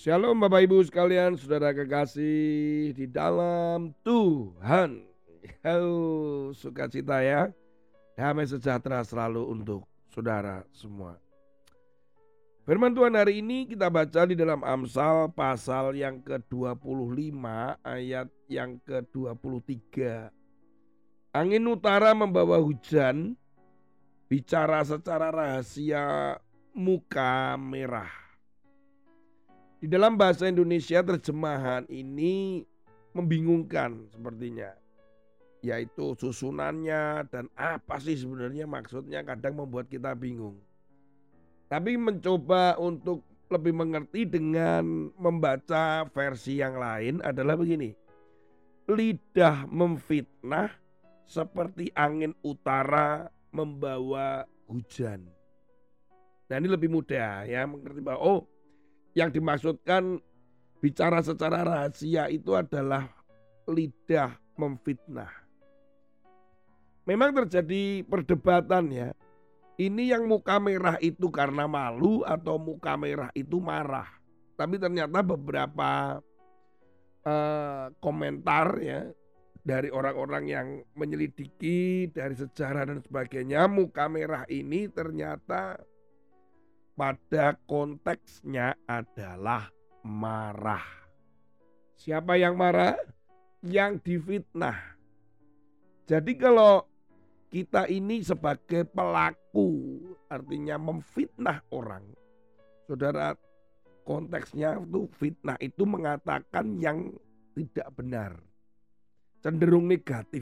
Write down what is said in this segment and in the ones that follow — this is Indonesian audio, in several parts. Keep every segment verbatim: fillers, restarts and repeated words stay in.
Shalom Bapak Ibu sekalian, saudara kekasih di dalam Tuhan. Oh, sukacita ya, damai sejahtera selalu untuk saudara semua. Firman Tuhan hari ini kita baca di dalam Amsal pasal yang ke dua puluh lima ayat yang ke dua puluh tiga. Angin utara membawa hujan, bicara secara rahasia muka merah. Di dalam bahasa Indonesia terjemahan ini membingungkan sepertinya, yaitu susunannya dan apa sih sebenarnya maksudnya kadang membuat kita bingung. Tapi mencoba untuk lebih mengerti dengan membaca versi yang lain adalah begini. Lidah memfitnah seperti angin utara membawa hujan. Nah ini lebih mudah ya mengerti bahwa oh, yang dimaksudkan bicara secara rahasia itu adalah lidah memfitnah. Memang terjadi perdebatan ya. Ini yang muka merah itu karena malu atau muka merah itu marah. Tapi ternyata beberapa uh, komentar ya dari orang-orang yang menyelidiki dari sejarah dan sebagainya, muka merah ini ternyata pada konteksnya adalah marah. Siapa yang marah? Yang difitnah. Jadi kalau kita ini sebagai pelaku, artinya memfitnah orang. Saudara, konteksnya itu fitnah itu mengatakan yang tidak benar. Cenderung negatif.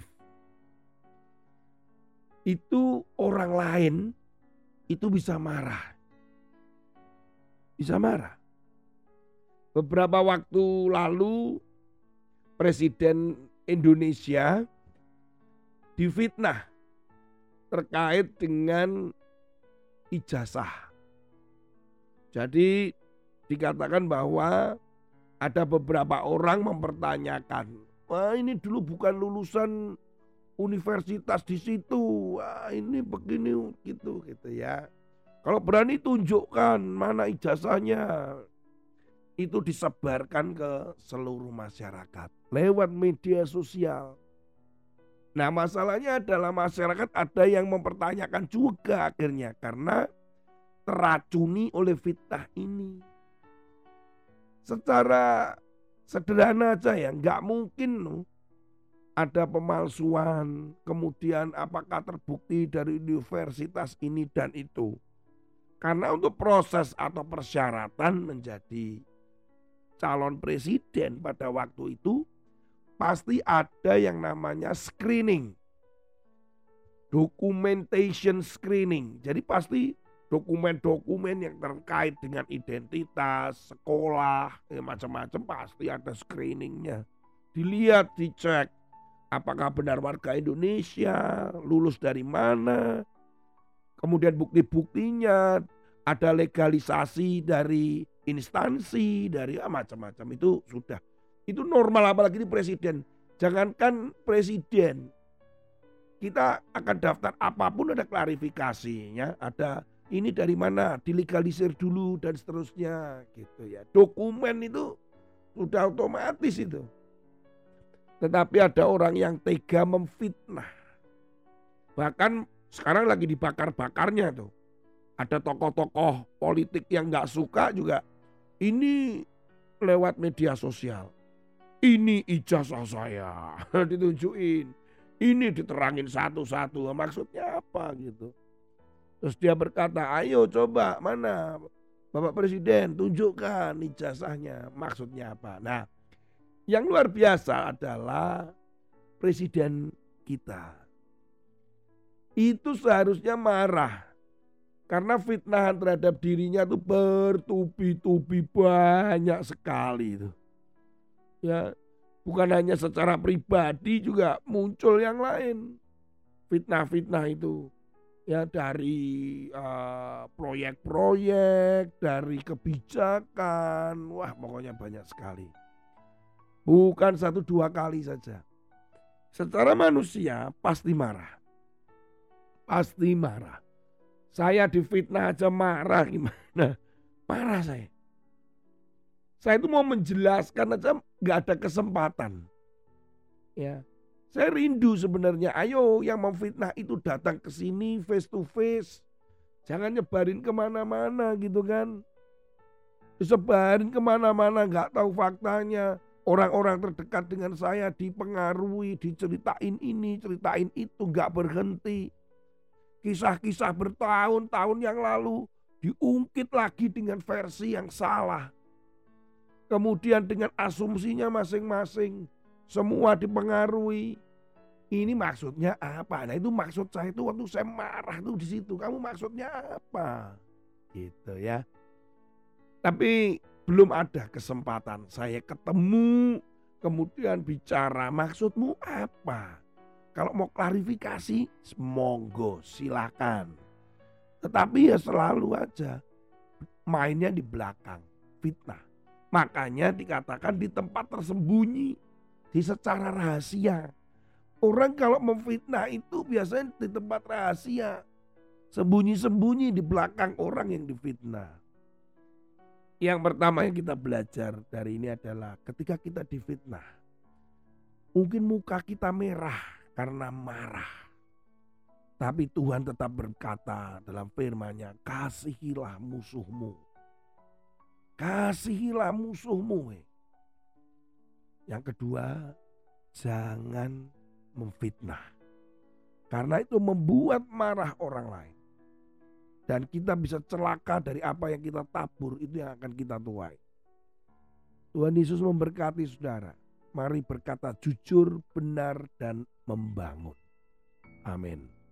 Itu orang lain itu bisa marah. Bisa marah. Beberapa waktu lalu Presiden Indonesia difitnah terkait dengan ijazah. Jadi dikatakan bahwa ada beberapa orang mempertanyakan, wah ini dulu bukan lulusan universitas di situ, wah ini begini gitu gitu ya. Kalau berani tunjukkan mana ijazahnya. Itu disebarkan ke seluruh masyarakat lewat media sosial. Nah masalahnya adalah masyarakat ada yang mempertanyakan juga akhirnya karena teracuni oleh fitnah ini. Secara sederhana aja ya, nggak mungkin loh ada pemalsuan, kemudian apakah terbukti dari universitas ini dan itu. Karena untuk proses atau persyaratan menjadi calon presiden pada waktu itu pasti ada yang namanya screening, documentation screening. Jadi pasti dokumen-dokumen yang terkait dengan identitas, sekolah, ya macam-macam pasti ada screeningnya. Dilihat, dicek apakah benar warga Indonesia, lulus dari mana, kemudian bukti-buktinya, ada legalisasi dari instansi, dari ah, macam-macam itu sudah. Itu normal apalagi ini presiden. Jangankan presiden, kita akan daftar apapun ada klarifikasinya, ada ini dari mana, dilegalisir dulu dan seterusnya gitu ya. Dokumen itu sudah otomatis itu. Tetapi ada orang yang tega memfitnah. Bahkan sekarang lagi dibakar-bakarnya tuh. Ada tokoh-tokoh politik yang gak suka juga. Ini lewat media sosial. Ini ijazah saya. Ditunjukin. Ini diterangin satu-satu. Maksudnya apa gitu. Terus dia berkata, ayo coba mana Bapak Presiden tunjukkan ijazahnya. Maksudnya apa. Nah yang luar biasa adalah presiden kita. Itu seharusnya marah. Karena fitnahan terhadap dirinya itu bertubi-tubi banyak sekali itu. Ya, bukan hanya secara pribadi juga muncul yang lain. Fitnah-fitnah itu. Ya dari uh, proyek-proyek, dari kebijakan, wah pokoknya banyak sekali. Bukan satu dua kali saja. Secara manusia pasti marah. Pasti marah. Saya difitnah aja marah gimana? Marah saya. Saya itu mau menjelaskan aja nggak ada kesempatan. Ya, saya rindu sebenarnya. Ayo yang memfitnah itu datang ke sini face to face. Jangan nyebarin kemana-mana gitu kan. Disebarin kemana-mana nggak tahu faktanya. Orang-orang terdekat dengan saya dipengaruhi, diceritain ini, ceritain itu, nggak berhenti. Kisah-kisah bertahun-tahun yang lalu diungkit lagi dengan versi yang salah. Kemudian dengan asumsinya masing-masing, semua dipengaruhi. Ini maksudnya apa? Nah itu maksud saya itu waktu saya marah tuh di situ. Kamu maksudnya apa? Gitu ya. Tapi belum ada kesempatan saya ketemu, kemudian bicara maksudmu apa. Kalau mau klarifikasi, monggo silakan. Tetapi ya selalu aja mainnya di belakang, fitnah. Makanya dikatakan di tempat tersembunyi, di secara rahasia. Orang kalau memfitnah itu biasanya di tempat rahasia, sembunyi-sembunyi di belakang orang yang difitnah. Yang pertama yang kita belajar dari ini adalah ketika kita difitnah, mungkin muka kita merah karena marah. Tapi Tuhan tetap berkata dalam firman-Nya, kasihilah musuhmu. Kasihilah musuhmu. Yang kedua, jangan memfitnah. Karena itu membuat marah orang lain. Dan kita bisa celaka dari apa yang kita tabur, itu yang akan kita tuai. Tuhan Yesus memberkati saudara. Mari berkata jujur, benar, dan membangun. Amin.